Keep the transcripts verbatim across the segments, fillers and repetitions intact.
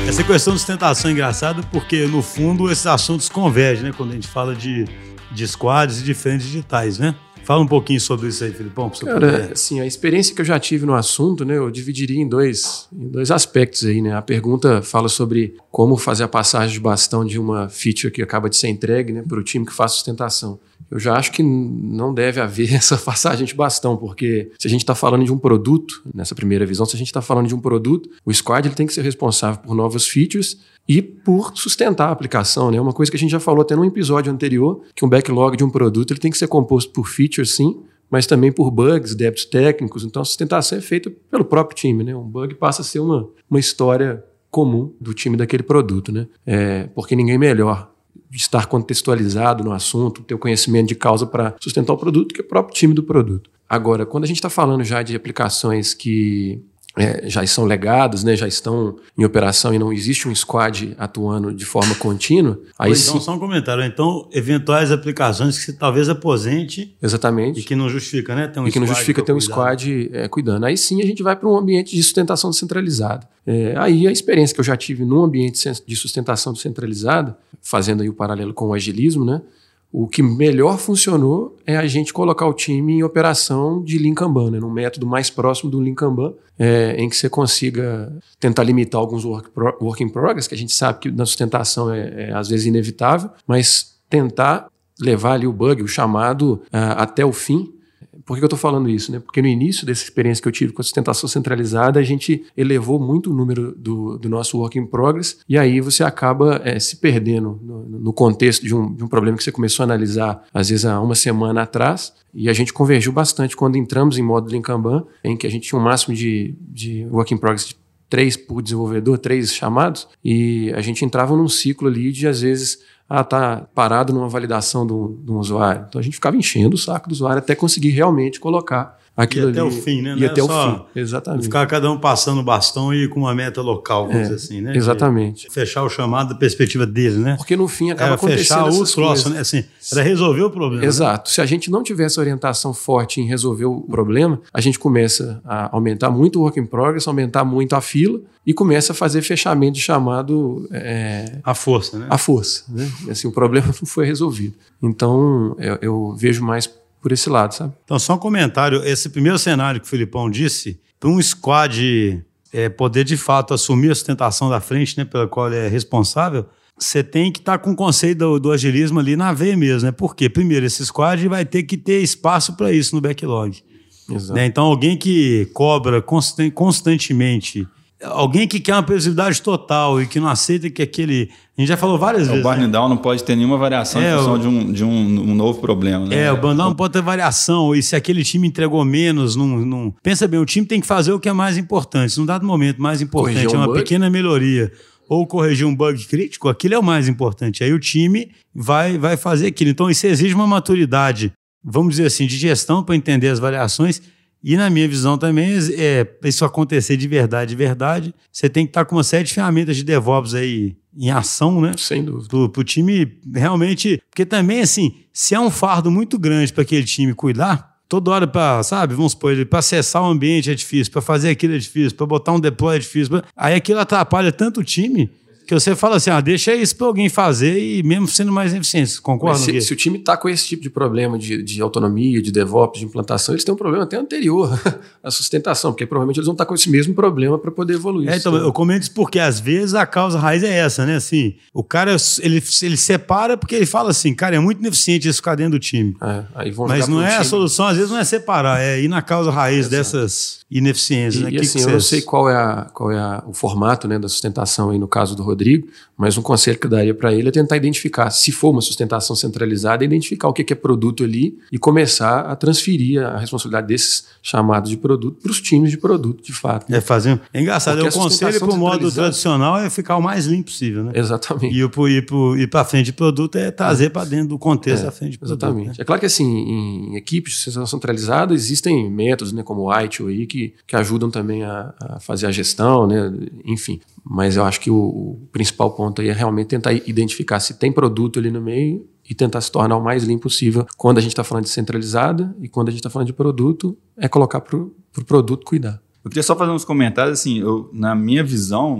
Essa questão de sustentação é engraçada porque, no fundo, esses assuntos convergem, né? Quando a gente fala de, de squads e diferentes digitais, né? Fala um pouquinho sobre isso aí, Filipão. Cara, assim, a experiência que eu já tive no assunto, né, eu dividiria em dois, em dois aspectos aí, né? A pergunta fala sobre como fazer a passagem de bastão de uma feature que acaba de ser entregue, né, para o time que faz sustentação. Eu já acho que não deve haver essa passagem de bastão, porque se a gente está falando de um produto, nessa primeira visão, se a gente está falando de um produto, o squad ele tem que ser responsável por novas features e por sustentar a aplicação, né? Uma coisa que a gente já falou até num episódio anterior, que um backlog de um produto ele tem que ser composto por features, sim, mas também por bugs, débitos técnicos. Então a sustentação é feita pelo próprio time, né? Um bug passa a ser uma, uma história comum do time daquele produto, né? É, porque ninguém melhor estar contextualizado no assunto, ter o conhecimento de causa para sustentar o produto que é o próprio time do produto. Agora, quando a gente está falando já de aplicações que é, já são legadas, né, já estão em operação e não existe um squad atuando de forma contínua, aí então, sim... só um comentário. Então, eventuais aplicações que você talvez aposente. Exatamente. E que não justifica, né? Ter um e que não justifica ter um squad é, cuidando. Aí sim a gente vai para um ambiente de sustentação descentralizada. É, aí a experiência que eu já tive num ambiente de sustentação descentralizada, fazendo aí o paralelo com o agilismo, né? O que melhor funcionou é a gente colocar o time em operação de Lean Kanban, né? Num método mais próximo do Lean Kanban, é, em que você consiga tentar limitar alguns work, pro, work in progress, que a gente sabe que na sustentação é, é às vezes inevitável, mas tentar levar ali o bug, o chamado, uh, até o fim. Por que eu estou falando isso? Né? Porque no início dessa experiência que eu tive com a sustentação centralizada, a gente elevou muito o número do, do nosso work in progress e aí você acaba é, se perdendo no, no contexto de um, de um problema que você começou a analisar, às vezes, há uma semana atrás. E a gente convergiu bastante quando entramos em modo Lean Kanban, em que a gente tinha um máximo de, de work in progress de três por desenvolvedor, três chamados, e a gente entrava num ciclo ali de, às vezes, ah, tá parado numa validação do, do usuário. Então a gente ficava enchendo o saco do usuário até conseguir realmente colocar aquilo ali. E até ali, o fim, né? E até o fim. Exatamente. Ficar cada um passando o bastão e com uma meta local, vamos é, dizer assim, né? Exatamente. De fechar o chamado da perspectiva dele, né? Porque no fim acaba era acontecendo fechar o troço, coisas. né? Assim, era resolver o problema. Exato. Né? Se a gente não tivesse orientação forte em resolver o problema, a gente começa a aumentar muito o work in progress, aumentar muito a fila e começa a fazer fechamento de chamado... É, a força, né? A força, né? Assim, o problema não foi resolvido. Então, eu, eu vejo mais por esse lado, sabe? Então, só um comentário. Esse primeiro cenário que o Filipão disse, para um squad é, poder, de fato, assumir a sustentação da frente, né, pela qual ele é responsável, você tem que estar com o conceito do, do agilismo ali na veia mesmo, né? Por quê? Primeiro, esse squad vai ter que ter espaço para isso no backlog. Exato. Né? Então, alguém que cobra constant, constantemente... Alguém que quer uma previsibilidade total e que não aceita que aquele... A gente já falou várias é, vezes. O burn né? down não pode ter nenhuma variação é, em função o... de, um, de um, um novo problema. Né? É, o burn down não pode ter variação. E se aquele time entregou menos... Num, num... Pensa bem, o time tem que fazer o que é mais importante. Se num dado momento mais importante corrigir é uma um pequena melhoria ou corrigir um bug crítico, aquilo é o mais importante. Aí o time vai, vai fazer aquilo. Então isso exige uma maturidade, vamos dizer assim, de gestão para entender as variações. E na minha visão também, é, isso acontecer de verdade, de verdade, você tem que estar com uma série de ferramentas de DevOps aí em ação, né? Sem dúvida. Para o time realmente... Porque também, assim, se é um fardo muito grande para aquele time cuidar, toda hora para, sabe, vamos supor, para acessar o ambiente é difícil, para fazer aquilo é difícil, para botar um deploy é difícil. Pra... Aí aquilo atrapalha tanto o time... que você fala assim, ah, deixa isso para alguém fazer e mesmo sendo mais eficiente, concorda? Se, se o time está com esse tipo de problema de, de autonomia, de DevOps, de implantação, eles têm um problema até anterior à sustentação, porque provavelmente eles vão estar com esse mesmo problema para poder evoluir. É, então, eu comento isso porque às vezes a causa raiz é essa, né? Assim, o cara, ele, ele separa porque ele fala assim, cara, é muito ineficiente isso ficar dentro do time. É, aí vão Mas não é time. A solução, às vezes não é separar, é ir na causa raiz. Exato. Dessas ineficiências. E, né? e que assim, que eu não sei qual é, a, qual é a, o formato, né, da sustentação aí no caso do Rodrigo, mas um conselho que eu daria para ele é tentar identificar, se for uma sustentação centralizada, identificar o que é produto ali e começar a transferir a responsabilidade desses chamados de produto para os times de produto, de fato. Né? É fazer. É engraçado, Porque o conselho para o modo tradicional é ficar o mais limpo possível, né? Exatamente. E ir para frente de produto é trazer é. para dentro do contexto é, da frente de produto. Exatamente. Né? É claro que assim, em equipes de sustentação centralizada existem métodos, né, como o I T I L aí, que, que ajudam também a, a fazer a gestão, né? Enfim. Mas eu acho que o, o principal ponto aí é realmente tentar identificar se tem produto ali no meio e tentar se tornar o mais limpo possível. Quando a gente está falando de centralizada e quando a gente está falando de produto, é colocar para o pro produto cuidar. Eu queria só fazer uns comentários, assim, eu, na minha visão,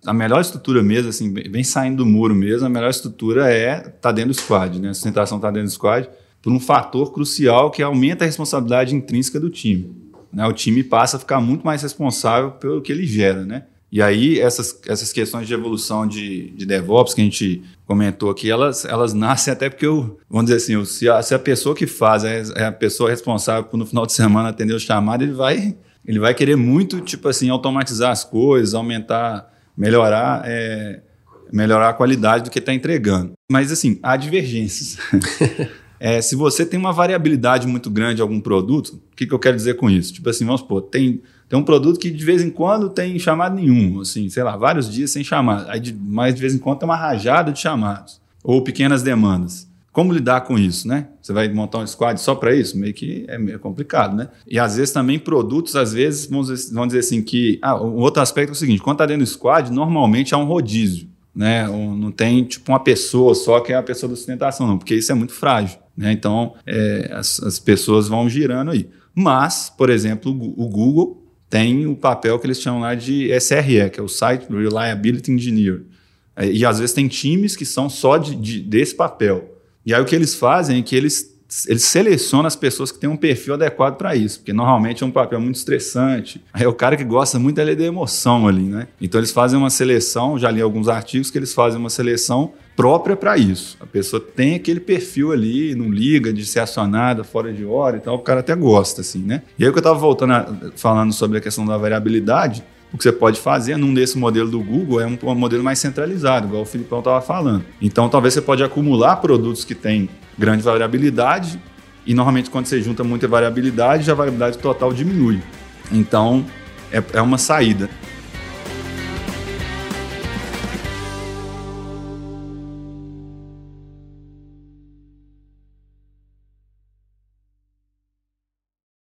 a melhor estrutura mesmo, assim, bem saindo do muro mesmo, a melhor estrutura é tá dentro do squad, né? A sustentação tá dentro do squad por um fator crucial que aumenta a responsabilidade intrínseca do time, né? O time passa a ficar muito mais responsável pelo que ele gera, né? E aí essas, essas questões de evolução de, de DevOps que a gente comentou aqui, elas, elas nascem até porque, eu, vamos dizer assim, se a, se a pessoa que faz é, é a pessoa responsável por no final de semana atender o chamado, ele vai, ele vai querer muito, tipo assim, automatizar as coisas, aumentar, melhorar, é, melhorar a qualidade do que está entregando. Mas assim, há divergências. É, se você tem uma variabilidade muito grande de algum produto, o que, que eu quero dizer com isso? Tipo assim, vamos supor, tem, tem um produto que de vez em quando tem chamado nenhum, assim, sei lá, vários dias sem chamado, aí de, mas de vez em quando tem uma rajada de chamados, ou pequenas demandas. Como lidar com isso, né? Você vai montar um squad só para isso? Meio que é meio complicado, né? E às vezes também produtos, às vezes, vamos dizer, vamos dizer assim que... Ah, um outro aspecto é o seguinte, quando está dentro do squad, normalmente há um rodízio, né? Não tem tipo uma pessoa só que é a pessoa da sustentação, não, porque isso é muito frágil. Né? Então, é, as, as pessoas vão girando aí. Mas, por exemplo, o, o Google tem o papel que eles chamam lá de S R E, que é o Site Reliability Engineer. É, e às vezes tem times que são só de, de, desse papel. E aí o que eles fazem é que eles, eles selecionam as pessoas que têm um perfil adequado para isso, porque normalmente é um papel muito estressante. Aí é o cara que gosta muito da emoção ali, né? Então eles fazem uma seleção, já li alguns artigos que eles fazem uma seleção própria para isso. A pessoa tem aquele perfil ali, não liga de ser acionada fora de hora e tal, o cara até gosta, assim, né? E aí o que eu estava voltando a, falando sobre a questão da variabilidade, o que você pode fazer num desse modelo do Google é um, um modelo mais centralizado, igual o Filipão estava falando. Então, talvez você pode acumular produtos que têm grande variabilidade e, normalmente, quando você junta muita variabilidade, a variabilidade total diminui. Então, é, é uma saída.